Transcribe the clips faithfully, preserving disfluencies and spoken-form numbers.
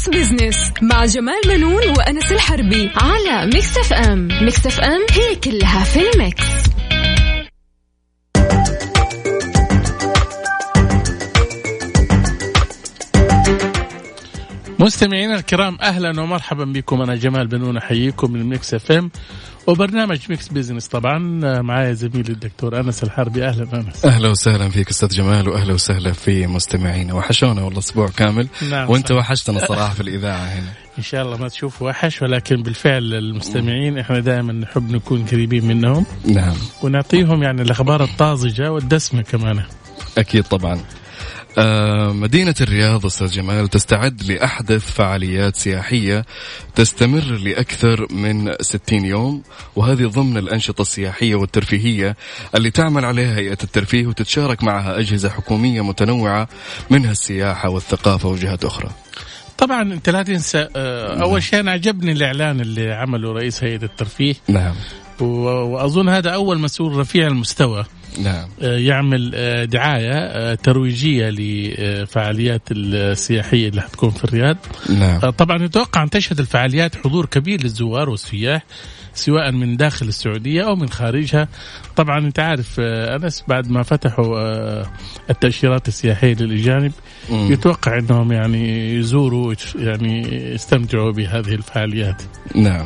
ميكس بيزنس مع جمال منون وأنس الحربي على ميكس اف ام. ميكس اف ام هي كلها في الميكس. مستمعينا الكرام، أهلا ومرحبا بكم. أنا جمال بنون أحييكم من ميكس اف ام وبرنامج ميكس بيزنس. طبعا معايا زميلي الدكتور أنس الحربي. أهلا أنس. أهلا وسهلا فيك أستاذ جمال، وأهلا وسهلا في مستمعينا. وحشونا والله أسبوع كامل. نعم وأنت وحشتنا صراحة في الإذاعة هنا. إن شاء الله ما تشوف وحش، ولكن بالفعل المستمعين إحنا دائما نحب نكون قريبين منهم. نعم. ونعطيهم يعني الأخبار الطازجة والدسمة كمان. أكيد طبعا. آه مدينة الرياض أستاذ جمال تستعد لأحدث فعاليات سياحية تستمر لأكثر من ستين يوم، وهذه ضمن الأنشطة السياحية والترفيهية اللي تعمل عليها هيئة الترفيه وتتشارك معها أجهزة حكومية متنوعة منها السياحة والثقافة وجهات أخرى. طبعا أنت لا تنسى، أول شيء أنا عجبني الإعلان اللي عمله رئيس هيئة الترفيه. نعم. وأظن هذا أول مسؤول رفيع المستوى نعم. يعمل دعاية ترويجية لفعاليات السياحية اللي هتكون في الرياض. نعم. طبعا يتوقع أن تشهد الفعاليات حضور كبير للزوار والسياح سواء من داخل السعودية أو من خارجها. طبعا أنت عارف أنس، بعد ما فتحوا التأشيرات السياحية للأجانب م. يتوقع أنهم يعني يزوروا يعني يستمتعوا بهذه الفعاليات. نعم.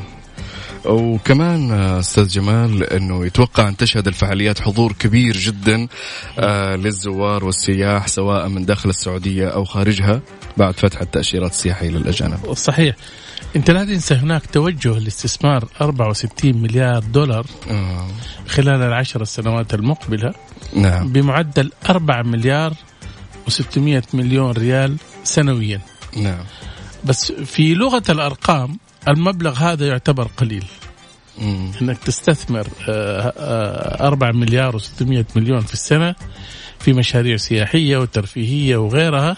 وكمان أستاذ جمال أنه يتوقع أن تشهد الفعاليات حضور كبير جدا آه للزوار والسياح سواء من داخل السعودية أو خارجها بعد فتح التأشيرات السياحية للأجانب. صحيح. أنت لا تنسى هناك توجه لاستثمار أربعة وستين مليار دولار آه. خلال العشر السنوات المقبلة. نعم. بمعدل أربعة مليار وستمائة مليون ريال سنويا. نعم. بس في لغة الأرقام المبلغ هذا يعتبر قليل. مم. انك تستثمر أربعة مليار وستمائة مليون في السنة في مشاريع سياحية وترفيهية وغيرها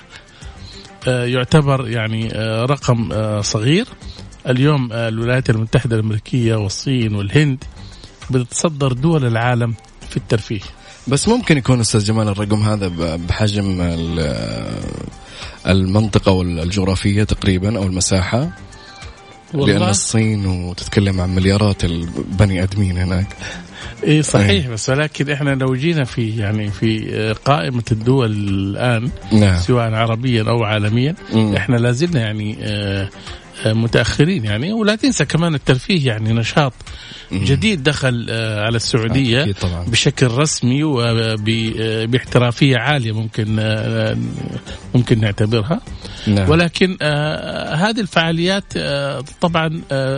يعتبر يعني رقم صغير. اليوم الولايات المتحدة الأمريكية والصين والهند بتتصدر دول العالم في الترفيه. بس ممكن يكون أستاذ جمال الرقم هذا بحجم المنطقة والجغرافية تقريبا أو المساحة، لأن الصين وتتكلم عن مليارات البني آدمين هناك. إيه صحيح. بس ولكن إحنا لو جينا في يعني في قائمة الدول الآن نعم. سواء عربيا أو عالميا م. إحنا لازلنا يعني متأخرين يعني. ولا تنسى كمان الترفيه يعني نشاط جديد دخل على السعودية بشكل رسمي وباحترافية عالية ممكن ممكن نعتبرها. نعم. ولكن هذه الفعاليات طبعا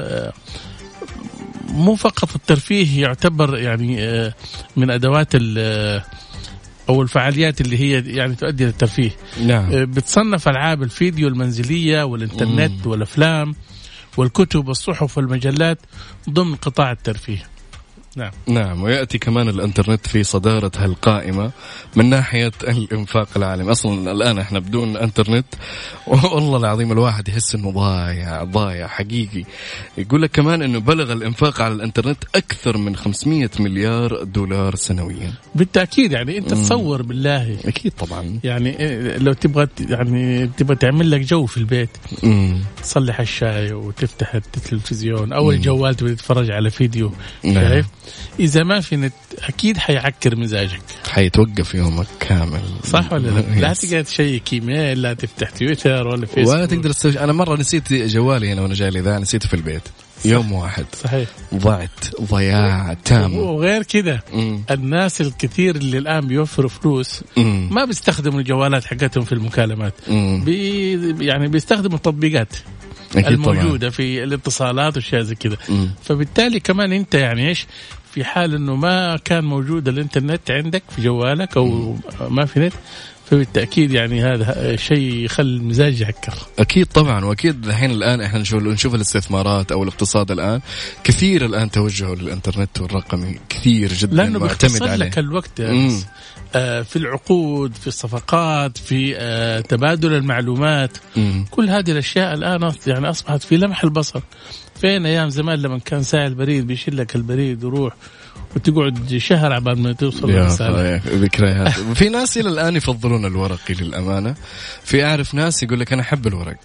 مو فقط الترفيه يعتبر يعني من أدوات أو الفعاليات اللي هي يعني تؤدي للترفيه. نعم. بتصنف ألعاب الفيديو المنزلية والإنترنت مم. والأفلام والكتب والصحف والمجلات ضمن قطاع الترفيه. نعم. نعم. ويأتي كمان الانترنت في صدارة هالقائمة من ناحية الإنفاق العالمي. أصلا الآن إحنا بدون انترنت والله العظيم الواحد يحس إنه ضايع ضايع حقيقي. يقول لك كمان إنه بلغ الإنفاق على الانترنت أكثر من خمسمائة مليار دولار سنويا. بالتأكيد يعني أنت تصور بالله. أكيد طبعا. يعني لو تبغى يعني تبغى تعمل لك جو في البيت مم. تصلح الشاي وتفتح التلفزيون أو الجوال تبغى تتفرج على فيديو. نعم. شايف إذا ما في نت أكيد حيعكر مزاجك، حيتوقف يومك كامل. صح ولا لا؟ لا تقدر تشيك إيميل، لا تفتح تويتر ولا فيسبوك، ولا تقدر تستوش. أنا مرة نسيت جوالي هنا وأنا جاي لذا، نسيته في البيت صح. يوم واحد. صحيح. ضعت ضياع تام. وغير كده الناس الكثير اللي الآن بيوفروا فلوس مم. ما بيستخدموا الجوالات حقتهم في المكالمات، بي يعني بيستخدموا التطبيقات الموجودة طبعا في الاتصالات والشيء زي كده. فبالتالي كمان انت يعني ايش في حال انه ما كان موجود الانترنت عندك في جوالك او ما في نت، فبالتأكيد يعني هذا شيء يخلي المزاج يعكر. أكيد طبعا. وأكيد الحين الآن إحنا نشوف نشوف الاستثمارات أو الاقتصاد الآن كثير الآن توجهه للإنترنت والرقمي كثير جدا، لأنه بيختصر لك الوقت آه في العقود، في الصفقات، في آه تبادل المعلومات. مم. كل هذه الأشياء الآن يعني أصبحت في لمح البصر. فين أيام زمان لما كان ساعي البريد بيشيل لك البريد وروح وتقعد شهر عبال ما توصل الرسالة. ذكريات. في ناس إلى الآن يفضلون الورقي للأمانة. في أعرف ناس يقول لك أنا أحب الورق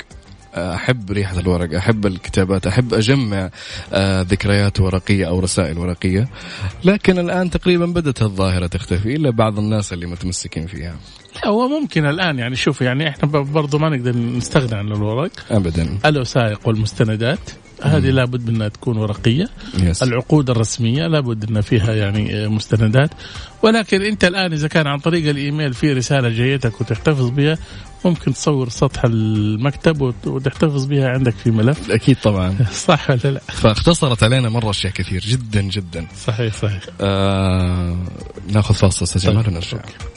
أحب ريحة الورق، أحب الكتابات، أحب أجمع آه ذكريات ورقية أو رسائل ورقية. لكن الآن تقريبا بدأت الظاهرة تختفي إلا بعض الناس اللي متمسكين فيها. هو ممكن الآن يعني شوف يعني إحنا برضو ما نقدر نستغنى عن الورق أبدا. الوثائق والمستندات هذه لابد منها تكون ورقية. yes. العقود الرسمية لابد أن فيها يعني مستندات. ولكن أنت الآن إذا كان عن طريق الإيميل في رسالة جايتك وتحتفظ بها ممكن تصور سطح المكتب وتحتفظ بها عندك في ملف. أكيد طبعا. صح ولا لا؟ فاختصرت علينا مرة أشياء كثير جدا جدا. صحيح صحيح. آه... ناخذ فاصل أستاذ جمال ونرجع.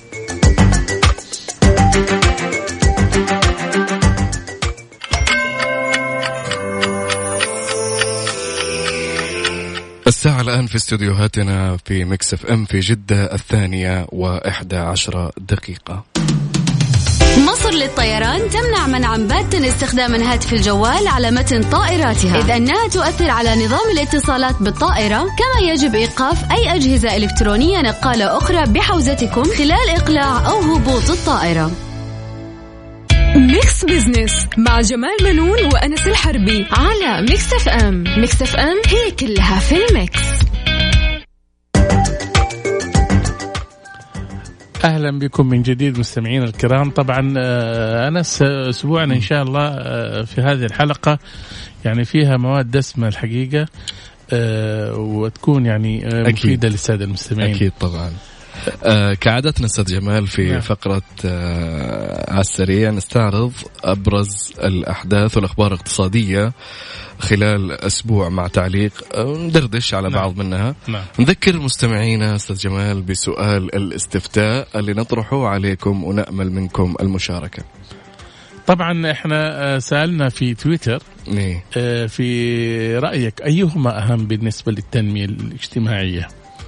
الساعة الآن في استوديوهاتنا في ميكس اف ام في جدة الثانية وإحدى عشرة دقيقة. مصر للطيران تمنع منعا باتا استخدام الهاتف الجوال على متن طائراتها إذ أنها تؤثر على نظام الاتصالات بالطائرة. كما يجب إيقاف أي أجهزة إلكترونية نقالة أخرى بحوزتكم خلال إقلاع أو هبوط الطائرة. ميكس بزنس مع جمال منون وأنس الحربي على ميكس اف ام. ميكس اف ام هي كلها في الميكس. أهلا بكم من جديد مستمعين الكرام. طبعا أنس أسبوعنا إن شاء الله في هذه الحلقة يعني فيها مواد دسمة الحقيقة وتكون يعني مفيدة للسادة المستمعين. أكيد طبعا. آه كعادتنا أستاذ جمال في نعم. فقرة آه على السريع نستعرض أبرز الأحداث والأخبار الاقتصادية خلال أسبوع مع تعليق آه ندردش على نعم. بعض منها. نعم. نذكر مستمعينا أستاذ جمال بسؤال الاستفتاء اللي نطرحه عليكم ونأمل منكم المشاركة. طبعا احنا سألنا في تويتر نعم. آه في رأيك أيهما أهم بالنسبة للتنمية الاجتماعية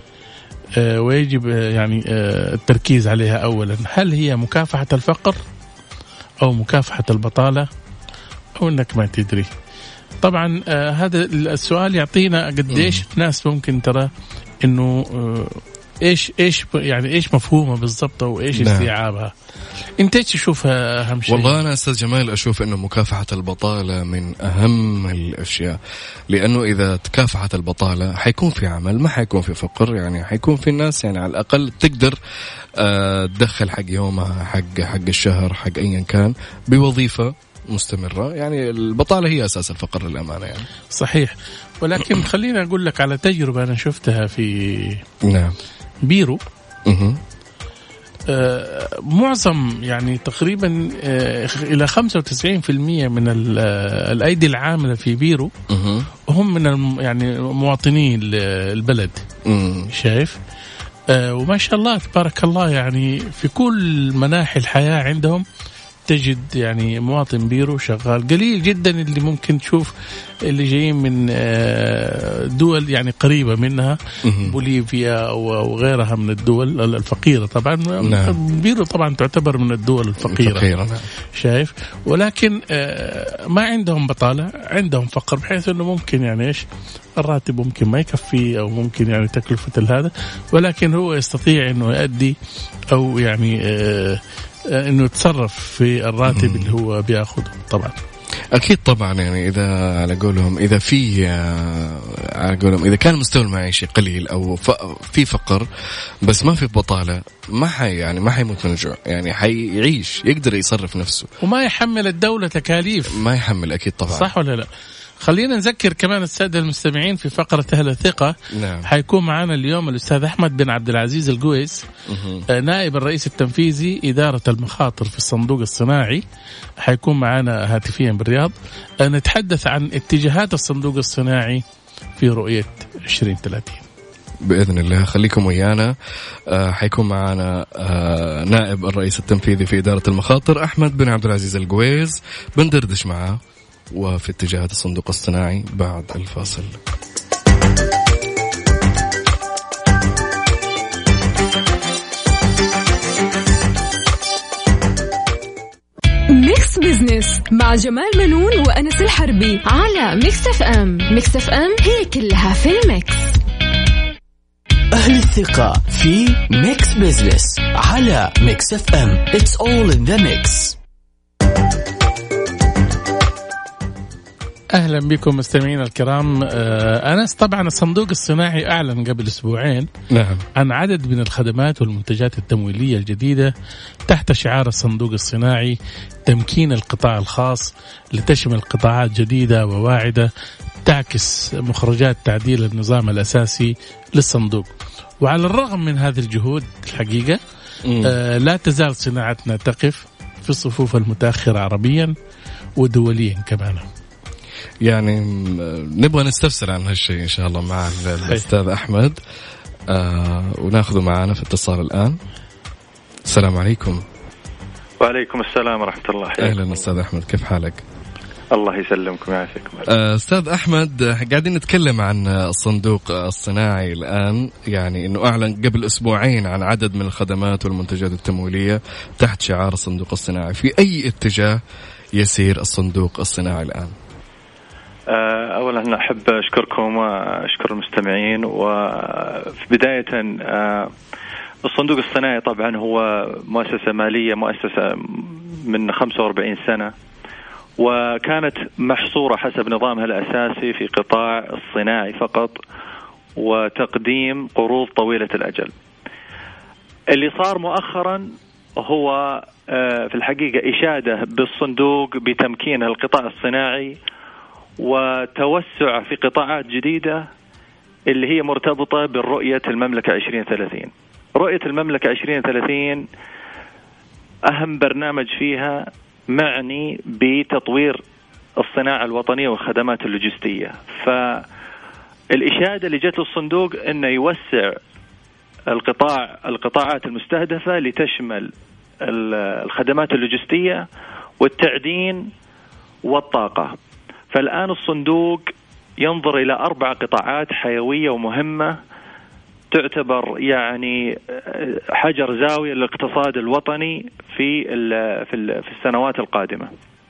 ويجب يعني التركيز عليها أولا، هل هي مكافحة الفقر أو مكافحة البطالة أو أنك ما تدري. طبعا هذا السؤال يعطينا قديش ناس ممكن ترى إنه إيش إيش يعني إيش مفهومه بالضبط أو إيش استيعابها. أنت إيش تشوفها أهم شيء؟ والله أنا أستاذ جمال أشوف إنه مكافحة البطالة من أهم الأشياء، لأنه إذا تكافحت البطالة حيكون في عمل، ما حيكون في فقر، يعني حيكون في الناس يعني على الأقل تقدر أه تدخل حق يومها حق حق الشهر حق أيا كان بوظيفة مستمرة. يعني البطالة هي أساس الفقر للأمانة يعني. صحيح. ولكن خليني أقول لك على تجربة أنا شفتها في نعم بيرو. أه. آه معظم يعني تقريبا آه إلى خمسة وتسعين بالمئة من الأيدي العاملة في بيرو أه. هم من يعني مواطنين البلد. أه. شايف آه وما شاء الله تبارك الله يعني في كل مناحي الحياة عندهم تجد يعني مواطن بيرو شغال. قليل جدا اللي ممكن تشوف اللي جايين من دول يعني قريبة منها بوليفيا وغيرها من الدول الفقيرة. طبعا نعم. بيرو طبعا تعتبر من الدول الفقيرة, الفقيرة. نعم. شايف. ولكن ما عندهم بطالة، عندهم فقر بحيث أنه ممكن يعني إيش الراتب ممكن ما يكفي أو ممكن يعني تكلفة هذا، ولكن هو يستطيع أنه يؤدي أو يعني آه انه يتصرف في الراتب مم. اللي هو بياخده. طبعا اكيد طبعا يعني اذا على قولهم اذا في على قولهم اذا كان مستوى المعيشي قليل او في فقر بس ما في بطالة ما حي يعني ما حيموت من الجوع، يعني حيعيش يقدر يصرف نفسه وما يحمل الدولة تكاليف. ما يحمل اكيد طبعا. صح ولا لا؟ خلينا نذكر كمان السادة المستمعين في فقرة أهل الثقة. نعم. حيكون معنا اليوم الأستاذ أحمد بن عبد العزيز القويس نائب الرئيس التنفيذي إدارة المخاطر في الصندوق الصناعي. حيكون معنا هاتفيا بالرياض نتحدث عن اتجاهات الصندوق الصناعي في رؤية عشرين ثلاثين بإذن الله. خليكم ويانا. آه حيكون معنا آه نائب الرئيس التنفيذي في إدارة المخاطر أحمد بن عبد العزيز القويس، بندردش معه وفي اتجاهات الصندوق الصناعي بعد الفاصل. ميكس بزنس مع جمال منون وأنس الحربي على ميكس اف ام. ميكس اف ام هي كلها في الميكس. أهل الثقة في ميكس بزنس على ميكس اف ام. It's all in the mix. أهلا بكم مستمعين الكرام. أنس، طبعا الصندوق الصناعي أعلن قبل أسبوعين نعم. عن عدد من الخدمات والمنتجات التمويلية الجديدة تحت شعار الصندوق الصناعي تمكين القطاع الخاص، لتشمل قطاعات جديدة وواعدة تعكس مخرجات تعديل النظام الأساسي للصندوق. وعلى الرغم من هذه الجهود الحقيقة آه لا تزال صناعتنا تقف في الصفوف المتأخرة عربيا ودوليا كمان. يعني نبغى نستفسر عن هالشيء إن شاء الله مع الأستاذ أحمد، آه وناخذه معنا في اتصال الآن. السلام عليكم. وعليكم السلام ورحمة الله. أهلا أستاذ أحمد، كيف حالك؟ الله يسلمكم ويعافيكم. أستاذ أحمد، قاعدين نتكلم عن الصندوق الصناعي الآن، يعني أنه أعلن قبل أسبوعين عن عدد من الخدمات والمنتجات التمويلية تحت شعار الصندوق الصناعي. في أي اتجاه يسير الصندوق الصناعي الآن؟ أولا أحب أشكركم وأشكر المستمعين. وفي بداية الصندوق الصناعي طبعا هو مؤسسة مالية مؤسسة من خمسة وأربعين سنة، وكانت محصورة حسب نظامها الأساسي في قطاع الصناعي فقط وتقديم قروض طويلة الأجل. اللي صار مؤخرا هو في الحقيقة إشادة بالصندوق بتمكين القطاع الصناعي وتوسع في قطاعات جديدة اللي هي مرتبطة بالرؤية المملكة عشرين ثلاثين. رؤية المملكة عشرين ثلاثين أهم برنامج فيها معني بتطوير الصناعة الوطنية والخدمات اللوجستية. فالإشادة اللي جت للصندوق أنه يوسع القطاع القطاعات المستهدفة لتشمل الخدمات اللوجستية والتعدين والطاقة. فالآن الصندوق ينظر إلى أربع قطاعات حيوية ومهمة تعتبر يعني حجر زاوية للاقتصاد الوطني في في السنوات القادمة.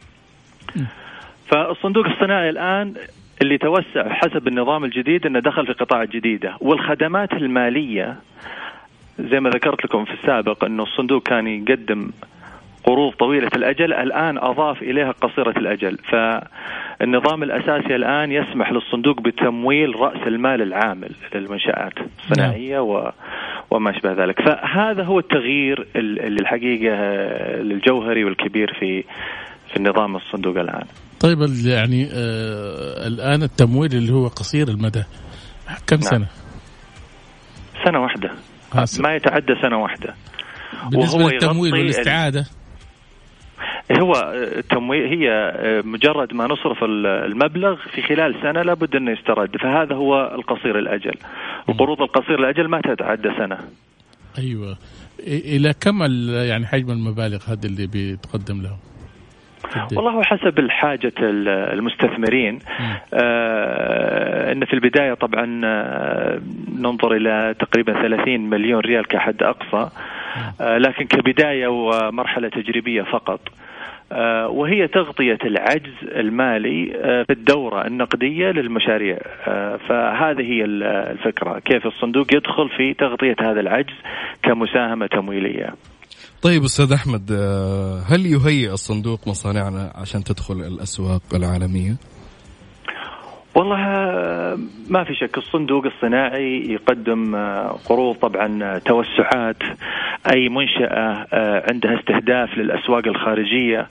فالصندوق الصناعي الآن اللي توسع حسب النظام الجديد أنه دخل في قطاعات جديدة. والخدمات المالية زي ما ذكرت لكم في السابق أنه الصندوق كان يقدم قروض طويلة الأجل، الآن أضاف إليها قصيرة الأجل. فالنظام الأساسي الآن يسمح للصندوق بتمويل رأس المال العامل للمنشآت الصناعية و... وما شابه ذلك. فهذا هو التغيير اللي الحقيقة الجوهري والكبير في في النظام الصندوق الآن. طيب يعني آه الآن التمويل اللي هو قصير المدى كم سنة؟ نعم. سنة واحدة، ما يتعدى سنة واحدة. بالنسبة للتمويل والاستعادة هو التمويل هي مجرد ما نصرف المبلغ في خلال سنة لابد أنه يسترد. فهذا هو القصير الأجل. القروض القصير الأجل ما تتعدى سنة. أيوة. إلى كم يعني حجم المبالغ هذا اللي بيتقدم له؟ والله حسب الحاجة المستثمرين. آه إن في البداية طبعا آه ننظر إلى تقريبا ثلاثين مليون ريال كحد أقصى، آه لكن كبداية ومرحلة تجريبية فقط، آه وهي تغطية العجز المالي آه في الدورة النقدية للمشاريع. آه فهذه هي الفكرة، كيف الصندوق يدخل في تغطية هذا العجز كمساهمة تمويلية. طيب أستاذ أحمد، هل يهيئ الصندوق مصانعنا عشان تدخل الأسواق العالمية؟ والله ما في شك الصندوق الصناعي يقدم قروض طبعا توسعات. أي منشأة عندها استهداف للأسواق الخارجية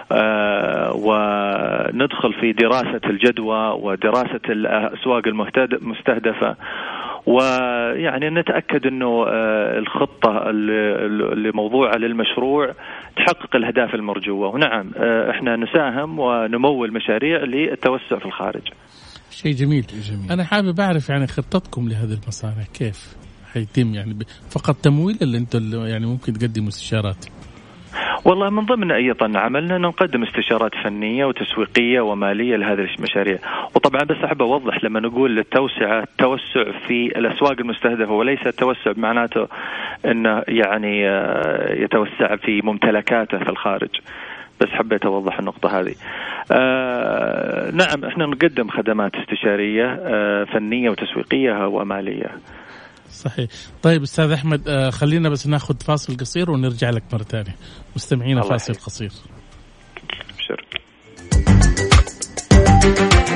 وندخل في دراسة الجدوى ودراسة الأسواق المستهدفة، ويعني نتأكد أنه الخطة اللي موضوعة للمشروع تحقق الأهداف المرجوة. ونعم احنا نساهم ونمول مشاريع للتوسع في الخارج. شيء جميل. جميل. أنا حابب أعرف يعني خطتكم لهذه المصانع كيف حيتم، يعني فقط تمويل اللي أنتم يعني ممكن تقدموا استشارات؟ والله من ضمن أيضا عملنا نقدم استشارات فنية وتسويقية ومالية لهذه المشاريع. وطبعا بس أحب أوضح لما نقول التوسعة التوسع في الأسواق المستهدفة وليس التوسع معناته أنه يعني يتوسع في ممتلكاته في الخارج، بس حبيت أوضح النقطة هذه. آه نعم احنا نقدم خدمات استشارية آه فنية وتسويقية ومالية. صحيح. طيب أستاذ أحمد، آه خلينا بس ناخذ فاصل قصير ونرجع لك مرة ثانية. مستمعينا فاصل قصير. شكرا.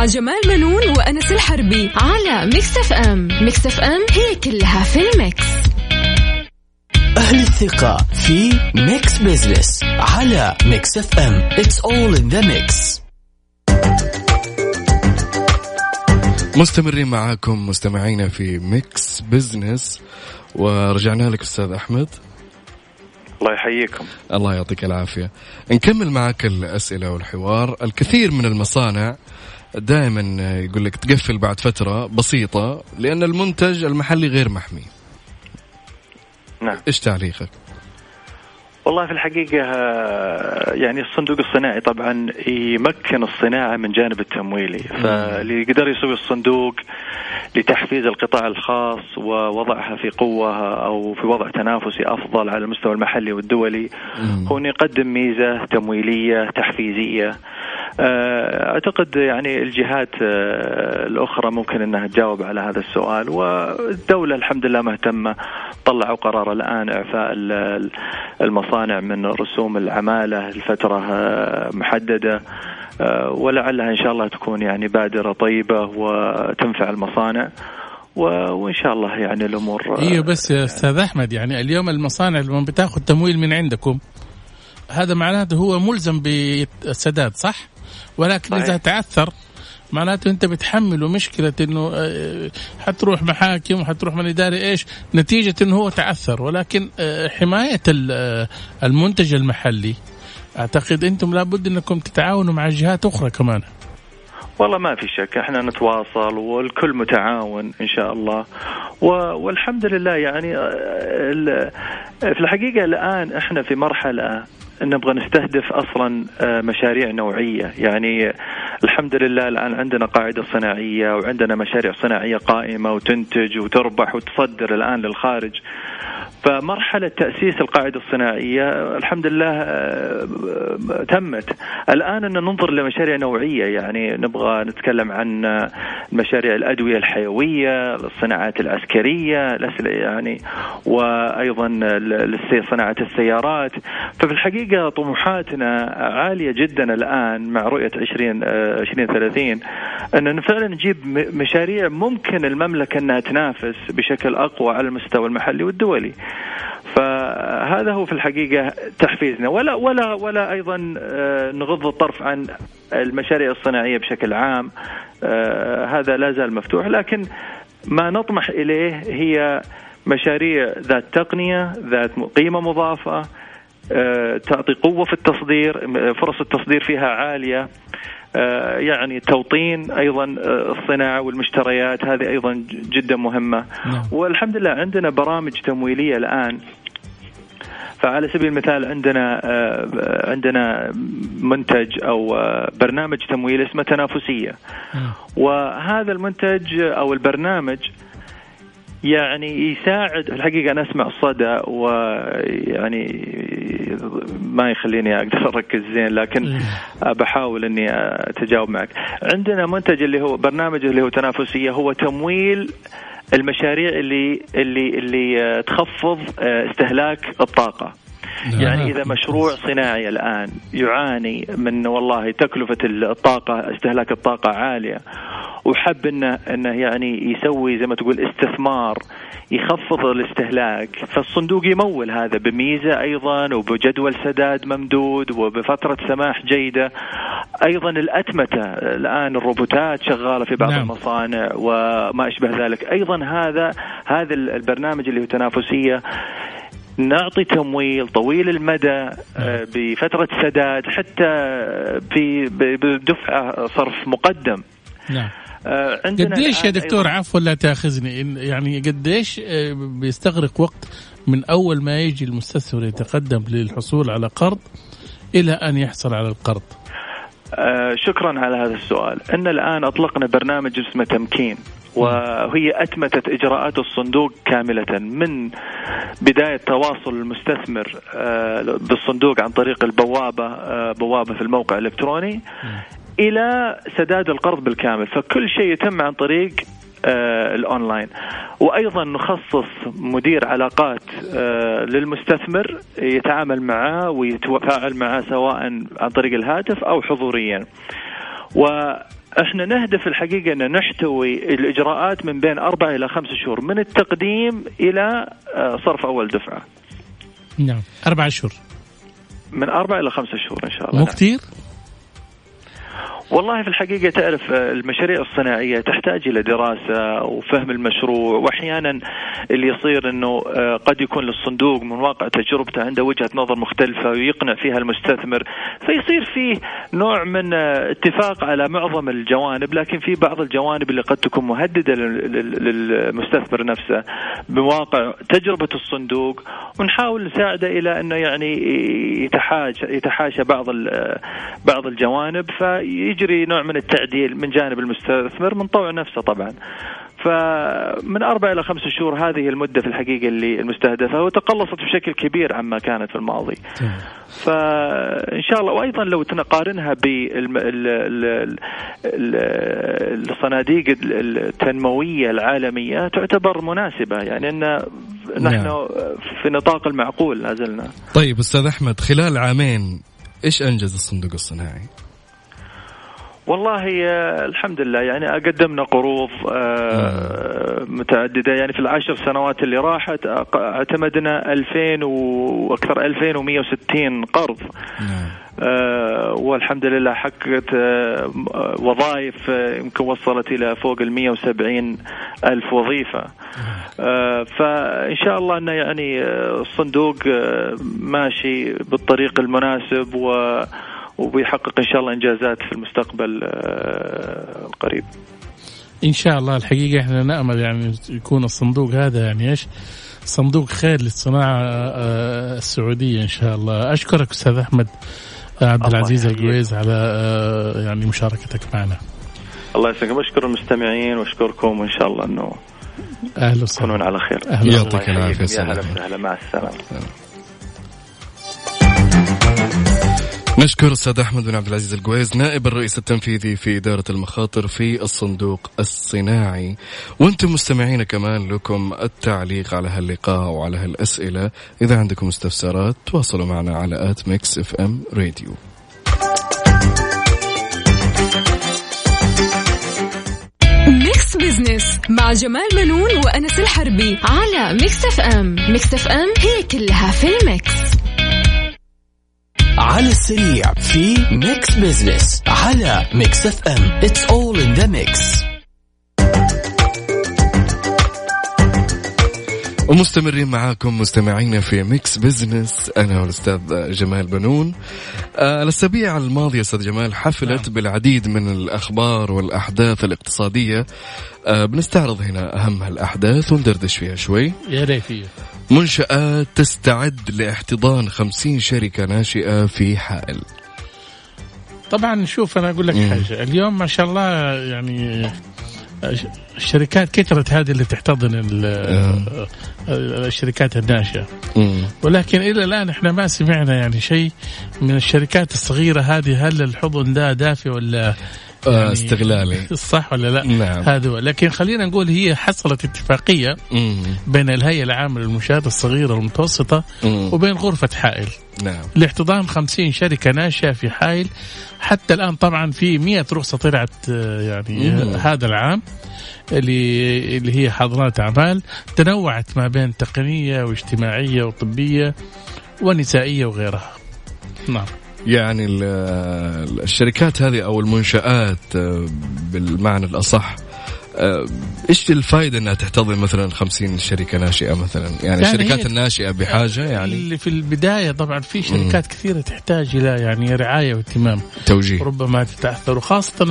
مع جمال منون وأنس الحربي على ميكس اف ام. ميكس اف ام هي كلها في الميكس. أهل الثقة في ميكس بيزنس على ميكس اف ام. It's all in the mix. مستمرين معاكم مستمعينا في ميكس بيزنس، ورجعنا لك أستاذ أحمد. الله يحييكم. الله يعطيك العافية. نكمل معك الأسئلة والحوار. الكثير من المصانع دائما يقول لك تقفل بعد فترة بسيطة لأن المنتج المحلي غير محمي. نعم. إيش تعليقك؟ والله في الحقيقة يعني الصندوق الصناعي طبعا يمكن الصناعة من جانب التمويلي، فاللي يقدر يسوي الصندوق لتحفيز القطاع الخاص ووضعها في قوة أو في وضع تنافسي أفضل على المستوى المحلي والدولي هو أن يقدم ميزة تمويلية تحفيزية. أعتقد يعني الجهات الأخرى ممكن أنها تجاوب على هذا السؤال، والدولة الحمد لله مهتمة. طلعوا قرار الآن إعفاء المصانع من رسوم العمالة لفترة محددة، ولعلها إن شاء الله تكون يعني بادرة طيبة وتنفع المصانع، وإن شاء الله يعني الأمور. إيه بس يا أستاذ أحمد، يعني اليوم المصانع لما بتاخد تمويل من عندكم هذا معناته هو ملزم بالسداد صح؟ ولكن صحيح. إذا تعثر معناته أنت بتحمله مشكلة إنه حتروح محاكم وحتروح من إداري إيش نتيجة إنه هو تعثر، ولكن حماية المنتج المحلي أعتقد أنتم لابد أنكم تتعاونوا مع جهات أخرى كمان. والله ما في شك احنا نتواصل والكل متعاون إن شاء الله، والحمد لله. يعني في الحقيقة الآن احنا في مرحلة نبغى نستهدف أصلا مشاريع نوعية. يعني الحمد لله الآن عندنا قاعدة صناعية وعندنا مشاريع صناعية قائمة وتنتج وتربح وتصدر الآن للخارج. فمرحلة تأسيس القاعدة الصناعية الحمد لله تمت. الآن أن ننظر لمشاريع نوعية، يعني نبغى نتكلم عن مشاريع الأدوية الحيوية، الصناعات العسكرية يعني، وأيضا صناعة السيارات. ففي الحقيقة طموحاتنا عالية جدا الآن مع رؤية عشرين عشرين ثلاثين أن فعلا نجيب مشاريع ممكن المملكة أنها تنافس بشكل أقوى على المستوى المحلي والدولي. فهذا هو في الحقيقة تحفيزنا، ولا ولا ولا أيضا نغض الطرف عن المشاريع الصناعية بشكل عام. هذا لا زال مفتوح، لكن ما نطمح إليه هي مشاريع ذات تقنية ذات قيمة مضافة، تعطي قوة في التصدير، فرص التصدير فيها عالية، يعني توطين أيضا الصناعة والمشتريات هذه أيضا جدا مهمة. والحمد لله عندنا برامج تمويلية الآن. فعلى سبيل المثال عندنا عندنا منتج أو برنامج تمويل اسمه تنافسية، وهذا المنتج أو البرنامج يعني يساعد. الحقيقة أنا أسمع صدى ويعني ما يخليني أقدر أركز زين، لكن بحاول أني أتجاوب معك. عندنا منتج اللي هو برنامج اللي هو تنافسية، هو تمويل المشاريع اللي اللي اللي تخفض استهلاك الطاقة. يعني إذا مشروع صناعي الآن يعاني من والله تكلفة الطاقة استهلاك الطاقة عالية، وحب إنه إنه يعني يسوي زي ما تقول استثمار يخفض الاستهلاك، فالصندوق يمول هذا بميزة أيضا وبجدول سداد ممدود وبفترة سماح جيدة. أيضا الأتمتة الآن الروبوتات شغالة في بعض نعم. المصانع وما أشبه ذلك. أيضا هذا هذا البرنامج اللي هو تنافسية نعطي تمويل طويل المدى بفترة سداد حتى بدفعة صرف مقدم. نعم. قديش يا دكتور عفوا لا تأخذني، يعني قديش بيستغرق وقت من أول ما يجي المستثمر يتقدم للحصول على قرض إلى أن يحصل على القرض؟ آه شكرا على هذا السؤال. إن الآن أطلقنا برنامج اسمه تمكين، وهي أتمتت إجراءات الصندوق كاملة من بداية تواصل المستثمر بالصندوق عن طريق البوابة بوابة في الموقع الإلكتروني إلى سداد القرض بالكامل. فكل شيء يتم عن طريق الأونلاين. وأيضا نخصص مدير علاقات للمستثمر يتعامل معه ويتفاعل معه سواء عن طريق الهاتف أو حضوريا. و احنا نهدف الحقيقة أن نحتوي الإجراءات من بين أربعة إلى خمسة شهور من التقديم إلى صرف أول دفعة. نعم أربعة شهور، من أربعة إلى خمسة شهور إن شاء الله. مو كتير؟ والله في الحقيقة تعرف المشاريع الصناعية تحتاج إلى دراسة وفهم المشروع، وأحيانا اللي يصير أنه قد يكون للصندوق من واقع تجربته عنده وجهة نظر مختلفة ويقنع فيها المستثمر، فيصير فيه نوع من اتفاق على معظم الجوانب، لكن في بعض الجوانب اللي قد تكون مهددة للمستثمر نفسه بواقع تجربة الصندوق، ونحاول نساعده إلى أنه يعني يتحاشى يتحاشى بعض بعض الجوانب، فيجي يجري نوع من التعديل من جانب المستثمر من طوع نفسه طبعا. فمن أربعة إلى خمسة شهور هذه المدة في الحقيقة اللي المستهدفة، وتقلصت بشكل كبير عما كانت في الماضي. فإن شاء الله، وأيضا لو نقارنها بالصناديق التنموية العالمية تعتبر مناسبة، يعني أن نحن في نطاق المعقول لازلنا. طيب أستاذ أحمد، خلال عامين إيش أنجز الصندوق الصناعي؟ والله الحمد لله، يعني قدمنا قروض متعددة، يعني في العشر سنوات اللي راحت اعتمدنا ألفين وأكثر ألفين ومئة وستين قرض. آه والحمد لله حققت آه وظائف آه يمكن وصلت إلى فوق المئة وسبعين ألف وظيفة. آه فإن شاء الله أن يعني آه الصندوق آه ماشي بالطريق المناسب و وبيحقق إن شاء الله إنجازات في المستقبل القريب إن شاء الله. الحقيقة إحنا نأمل يعني يكون الصندوق هذا يعني إيش صندوق خير للصناعة السعودية إن شاء الله. أشكرك أستاذ أحمد عبد العزيز القويز على يعني مشاركتك معنا. الله يسلمك. أشكر المستمعين وأشكركم، وإن شاء الله إنه أهلا وسهلا تكونون على خير. يعطيك العافية. أهلا وسهلا، مع السلامة. نشكر السيد أحمد بن عبد العزيز القويز نائب الرئيس التنفيذي في إدارة المخاطر في الصندوق الصناعي. وانتم مستمعين كمان لكم التعليق على هاللقاء وعلى هالأسئلة. إذا عندكم استفسارات تواصلوا معنا على آت ميكس اف ام راديو. ميكس بزنس مع جمال منون وأنس الحربي على ميكس اف ام. ميكس اف ام هي كلها في الميكس. على السريع في ميكس بزنس على ميكس اف ام. It's all in the mix. ومستمرين معاكم مستمعين في ميكس بزنس، أنا والأستاذ جمال بنون. آه الأسابيع الماضية أستاذ جمال حفلت نعم. بالعديد من الأخبار والأحداث الاقتصادية. آه بنستعرض هنا أهم الأحداث وندردش فيها شوي. يا ريت. منشآت تستعد لاحتضان خمسين شركة ناشئة في حائل. طبعا شوف أنا أقول لك مم. حاجة، اليوم ما شاء الله يعني الشركات كثرت هذه اللي تحتضن الشركات الناشئة، ولكن إلى الآن إحنا ما سمعنا يعني شيء من الشركات الصغيرة هذه. هل الحضن ده دافع ولا يعني استغلالي صح ولا لا؟ نعم. هذا، لكن خلينا نقول هي حصلت اتفاقية مم. بين الهيئة العامة للمنشآت الصغيرة والمتوسطة مم. وبين غرفة حائل نعم. لاحتضان خمسين شركة ناشئة في حائل. حتى الآن طبعا في مئة رخصة طلعت يعني مم. هذا العام اللي اللي هي حاضنات أعمال تنوعت ما بين تقنية واجتماعية وطبية ونسائية وغيرها. نعم. يعني الشركات هذه أو المنشآت بالمعنى الأصح، إيش الفائدة أنها تحتضن مثلا خمسين شركة ناشئة مثلا؟ يعني, يعني الشركات الناشئة بحاجة يعني اللي في البداية طبعا في شركات مم. كثيرة تحتاج إلى يعني رعاية واهتمام، توجيه، ربما تتأثر، وخاصة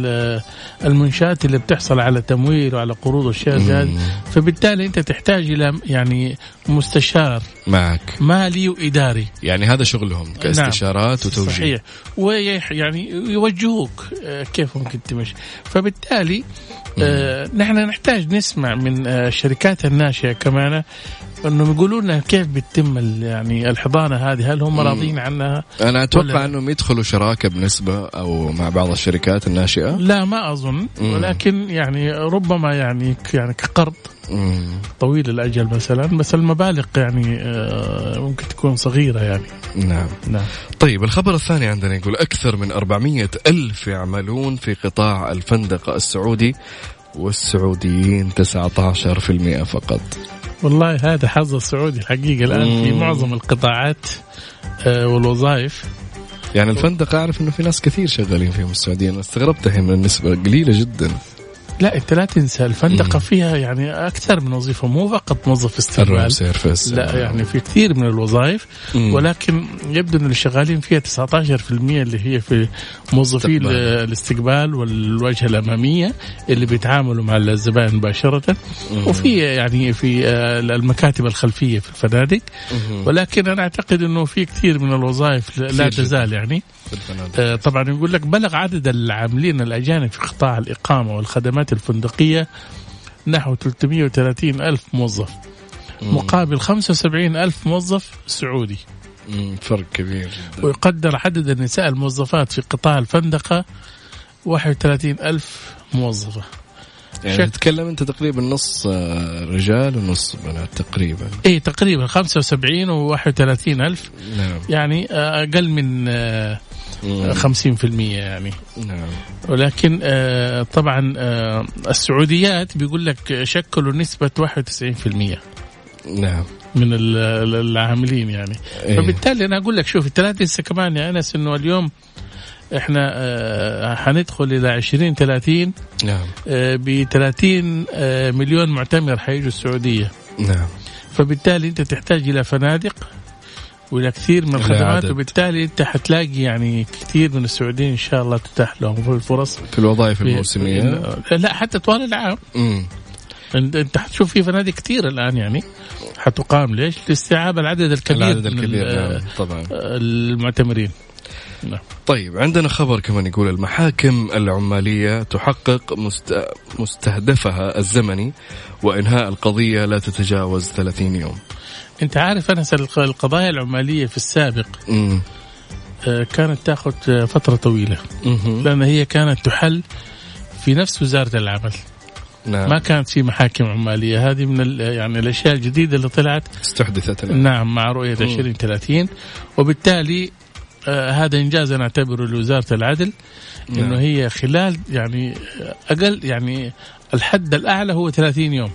المنشآت اللي بتحصل على تمويل وعلى قروض والشيء هذا، فبالتالي أنت تحتاج إلى يعني مستشار معك مالي وإداري، يعني هذا شغلهم كاستشارات. نعم. وتوجيه. صحيح. ويعني يوجهوك كيف ممكن تمشي. فبالتالي آه نحن نحتاج نسمع من آه الشركات الناشئة كمان انهم يقولوا لنا كيف بتتم يعني الحضانة هذه، هل هم راضين عنها؟ انا اتوقع انهم يدخلوا شراكة بنسبة او مع بعض الشركات الناشئة. لا ما اظن، ولكن يعني ربما يعني يعني كقرض مم. طويل الأجل مثلا، بس المبالغ يعني ممكن تكون صغيرة يعني. نعم. نعم. طيب الخبر الثاني عندنا يقول أكثر من أربعمية ألف يعملون في قطاع الفندقة السعودي، والسعوديين تسعة عشر بالمئة فقط. والله هذا حظ السعودي الحقيقة الآن مم. في معظم القطاعات والوظائف. يعني الفندقة أعرف إنه في ناس كثير شغالين فيهم السعوديين، أنا استغربتها من النسبة قليلة جدا. لا أنت لا تنسى الفندقة فيها يعني أكثر من وظيفة، مو فقط موظف استقبال، لا يعني في كثير من الوظائف. مم. ولكن يبدو أن اللي شغالين فيها تسعة عشر بالمئة اللي هي في موظفي الاستقبال والواجهة الأمامية اللي بيتعاملوا مع الزبائن مباشرة. مم. وفي يعني في المكاتب الخلفية في الفنادق. مم. ولكن أنا أعتقد أنه في كثير من الوظائف لا تزال يعني. آه طبعا يقول لك بلغ عدد العاملين الأجانب في قطاع الإقامة والخدمات الفندقية نحو ثلاثمئة وثلاثين ألف موظف. مم. مقابل خمسة وسبعين ألف موظف سعودي. مم. فرق كبير جدا. ويقدر عدد النساء الموظفات في قطاع الفندقة واحد وثلاثين ألف موظفة. يعني تتكلم أنت تقريبا نص رجال ونص بنات تقريبا. إيه تقريبا خمسة وسبعين وواحد وثلاثين ألف. نعم. يعني أقل من خمسين بالمئة يعني. نعم. ولكن طبعا السعوديات بيقول لك شكلوا نسبة واحد وتسعين بالمئة. نعم. من العاملين يعني. إيه. فبالتالي أنا أقول لك شوف الثلاثة لسه كمان يا أنس إنه اليوم احنا آه حندخل الى عشرين ثلاثين. نعم. آه ب ثلاثين آه مليون معتمر حيجوا السعوديه. نعم. فبالتالي انت تحتاج الى فنادق والى كثير من الخدمات، وبالتالي انت حتلاقي يعني كثير من السعوديين ان شاء الله تتاح لهم الفرص في الوظائف الموسميه. لا حتى طوال العام. امم انت حتشوف في فنادق كثير الان يعني حتقام ليش؟ لاستيعاب العدد الكبير, العدد الكبير من نعم. طبعا المعتمرين. نعم. طيب عندنا خبر كمان يقول المحاكم العمالية تحقق مست... مستهدفها الزمني وإنهاء القضية لا تتجاوز ثلاثين يوم. أنت عارف أنا القضايا العمالية في السابق مم. كانت تأخذ فترة طويلة. مم. لأن هي كانت تحل في نفس وزارة العمل. نعم. ما كانت في محاكم عمالية. هذه من ال... يعني الأشياء الجديدة اللي طلعت استحدثت الآن. نعم مع رؤية عشرين ثلاثين. وبالتالي آه هذا إنجاز أنا أعتبره لوزارة العدل. نعم. إنه هي خلال يعني أقل يعني الحد الأعلى هو ثلاثين يوم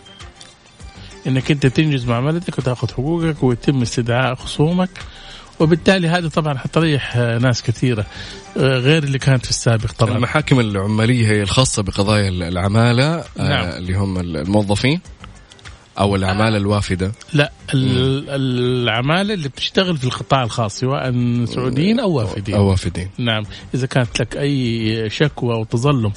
إنك أنت تنجز معاملتك وتأخذ حقوقك ويتم استدعاء خصومك. وبالتالي هذا طبعا حتريح ناس كثيرة غير اللي كانت في السابق. طبعا المحاكم العمالية هي الخاصة بقضايا العمالة. نعم. اللي هم الموظفين أو العمالة الوافدة. لا العمالة اللي بتشتغل في القطاع الخاص سواء سعوديين أو وافدين. أو وافدين. نعم. إذا كانت لك أي شكوى أو تظلم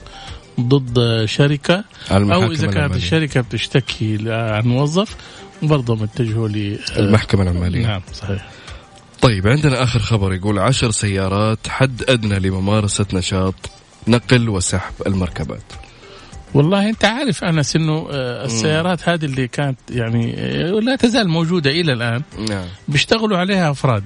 ضد شركة أو إذا كانت الشركة بتشتكي عن موظف برضه متجهوا للمحكمة العمالية. نعم صحيح. طيب عندنا آخر خبر يقول عشر سيارات حد أدنى لممارسة نشاط نقل وسحب المركبات. والله أنت عارف أنس إنه السيارات هذه اللي كانت يعني لا تزال موجودة إلى الآن. نعم. بيشتغلوا عليها أفراد.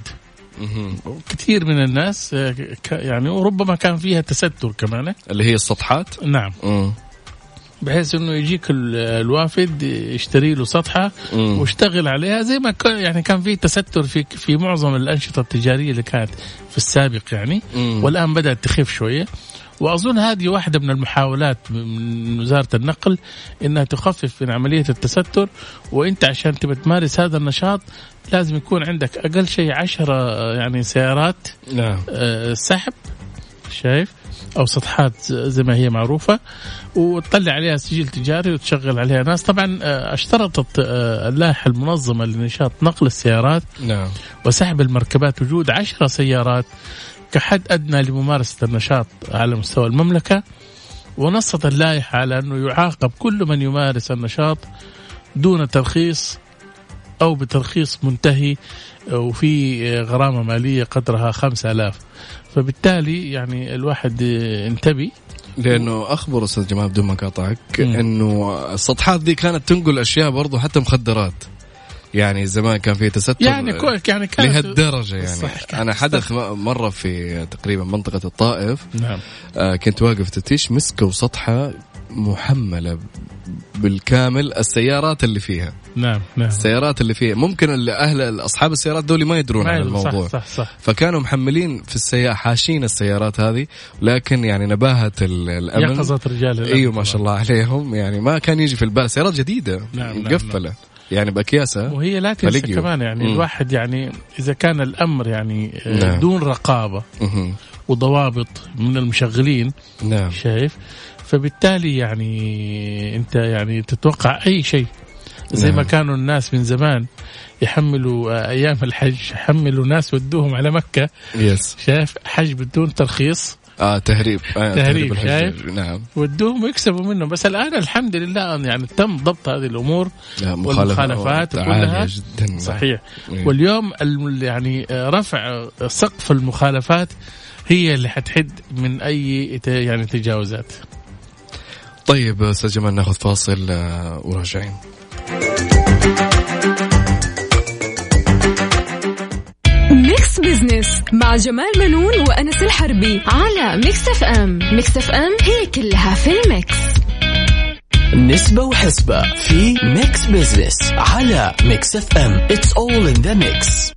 كثير من الناس يعني وربما كان فيها تستر كمان اللي هي السطحات. نعم. مم. بحيث انه يجيك الوافد يشتري له سطحه واشتغل عليها زي ما كان يعني كان في تستر في في معظم الانشطه التجاريه اللي كانت في السابق يعني. مم. والان بدات تخف شويه. واظن هذه واحده من المحاولات من وزاره النقل انها تخفف من عمليه التستر. وانت عشان تبى تمارس هذا النشاط لازم يكون عندك اقل شيء عشرة يعني سيارات. نعم. آه سحب شايف أو سطحات زي ما هي معروفة وتطلع عليها سجل تجاري وتشغل عليها ناس. طبعا اشترطت اللائحة المنظمة لنشاط نقل السيارات. نعم. وسحب المركبات وجود عشرة سيارات كحد أدنى لممارسة النشاط على مستوى المملكة. ونصت اللائحة على أنه يعاقب كل من يمارس النشاط دون ترخيص أو بترخيص منتهي وفي غرامة مالية قدرها خمسة آلاف. فبالتالي يعني الواحد انتبه لأنه أخبر أستاذ جمال بدون ما قاطعك إنه السطحات دي كانت تنقل أشياء برضو حتى مخدرات. يعني زمان كان فيه تستر يعني يعني كانت لهالدرجة يعني. أنا حدث مرة في تقريبا منطقة الطائف. نعم. آه كنت واقف تتيش مسكوا سطحة محملة بالكامل السيارات اللي فيها. نعم نعم. السيارات اللي فيها ممكن أهل أصحاب السيارات دول ما يدرون عن الموضوع. صح صح صح. فكانوا محملين في السيارة حاشين السيارات هذه، لكن يعني نباهة الأمن يقظة رجال الأمن. أيوة ما شاء الله عليهم، يعني ما كان يجي في البال سيارات جديدة نعم مقفلة. نعم. يعني بأكياسة. وهي لا تنسى كمان يعني مم. الواحد يعني إذا كان الأمر يعني نعم. دون رقابة مم. وضوابط من المشغلين نعم. شايف، فبالتالي يعني أنت يعني تتوقع أي شيء زي نعم. ما كانوا الناس من زمان يحملوا أيام الحج، يحملوا ناس ودوهم على مكة يس. شايف حج بدون ترخيص. آه تهريب آه تهريب شايف نعم. ودوهم ويكسبوا منه. بس الآن الحمد لله يعني تم ضبط هذه الأمور والمخالفات كلها جدا. صحيح. واليوم يعني رفع سقف المخالفات هي اللي حتحد من أي يعني تجاوزات. طيب أستاذ جمال ناخذ فاصل وراجعين. ميكس بزنس مع جمال منون وأنس الحربي على ميكس اف ام. ميكس اف ام هي كلها في الميكس. نسبة وحسبة في ميكس بزنس على ميكس اف ام. It's all in the mix.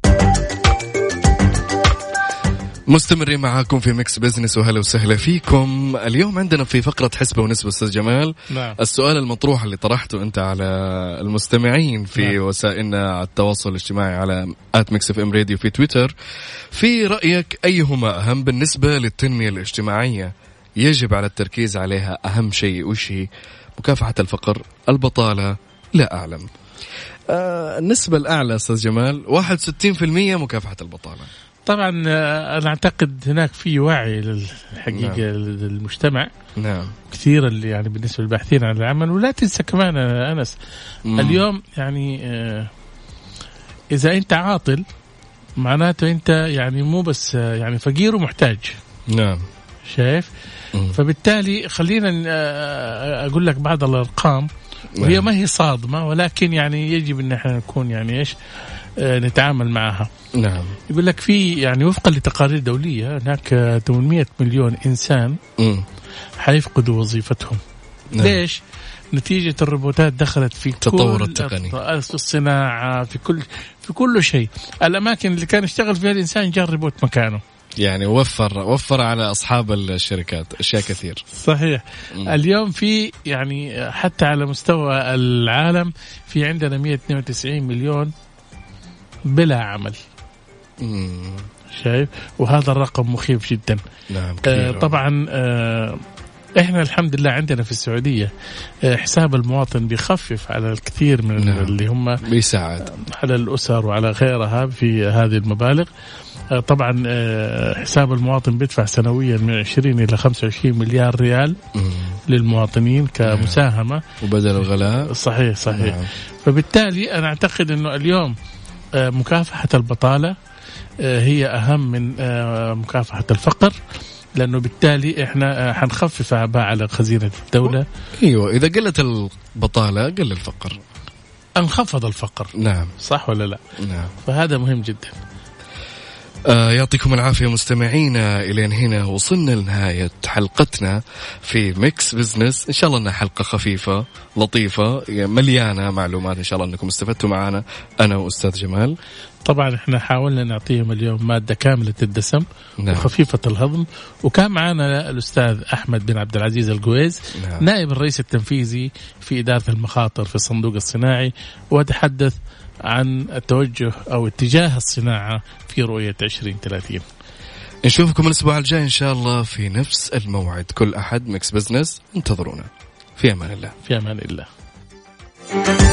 مستمرين معاكم في ميكس بزنس وهلا وسهلا فيكم. اليوم عندنا في فقرة حسبة ونسبة أستاذ جمال نعم. السؤال المطروح اللي طرحته أنت على المستمعين في نعم. وسائلنا التواصل الاجتماعي على آت ميكس اف ام راديو في تويتر، في رأيك أيهما أهم بالنسبة للتنمية الاجتماعية؟ يجب على التركيز عليها أهم شيء وش هي؟ مكافحة الفقر، البطالة، لا أعلم. آه النسبة الأعلى أستاذ جمال واحد وستين بالمئة مكافحة البطالة. طبعا أنا أعتقد هناك في وعي للحقيقة نعم. للمجتمع نعم. كثير اللي يعني بالنسبة للباحثين عن العمل. ولا تنسى كمان أنس مم. اليوم يعني إذا أنت عاطل معناته أنت يعني مو بس يعني فقير ومحتاج نعم شايف مم. فبالتالي خلينا أقول لك بعض الأرقام وهي نعم. ما هي صادمة ولكن يعني يجب أن احنا نكون يعني إيش نتعامل معها. نعم. يقول لك في يعني وفقا لتقارير دولية هناك ثمانمئة مليون إنسان مم. حيفقدوا وظيفتهم. نعم. ليش؟ نتيجة الروبوتات دخلت في تطور التقني، الصناعة، في كل في كل شيء. الأماكن اللي كان يشتغل فيها الإنسان جاء الروبوت مكانه. يعني وفر وفر على أصحاب الشركات أشياء كثير. صحيح. مم. اليوم في يعني حتى على مستوى العالم في عندنا مئة واثنين وتسعين مليون بلا عمل. مم. شايف؟ وهذا الرقم مخيف جدا. نعم. آه طبعا آه احنا الحمد لله عندنا في السعودية آه حساب المواطن بيخفف على الكثير من نعم. اللي هم بيساعد على الأسر وعلى غيرها في هذه المبالغ. آه طبعا آه حساب المواطن بيدفع سنويا من عشرين إلى خمسة وعشرين مليار ريال مم. للمواطنين كمساهمة نعم. وبدل الغلاء. صحيح صحيح. نعم. فبالتالي أنا أعتقد أنه اليوم مكافحة البطالة هي أهم من مكافحة الفقر، لأنه بالتالي إحنا حنخفف أعباء على خزينة الدولة. أيوة إذا قلت البطالة قل الفقر، انخفض الفقر. نعم. صح ولا لا؟ نعم. فهذا مهم جدا. آه يعطيكم العافية مستمعينا. إلين هنا وصلنا لنهاية حلقتنا في ميكس بزنس. إن شاء الله أنها حلقة خفيفة لطيفة مليانة معلومات، إن شاء الله أنكم استفدتوا معنا أنا وأستاذ جمال. طبعا احنا حاولنا نعطيهم اليوم مادة كاملة الدسم نعم. وخفيفة الهضم. وكان معنا الأستاذ أحمد بن عبد العزيز القويز نعم. نائب الرئيس التنفيذي في إدارة المخاطر في الصندوق الصناعي، وتحدث عن التوجه أو اتجاه الصناعة في رؤية عشرين ثلاثين. نشوفكم الأسبوع الجاي إن شاء الله في نفس الموعد كل أحد. ميكس بزنس انتظرونا. في أمان الله. في أمان الله.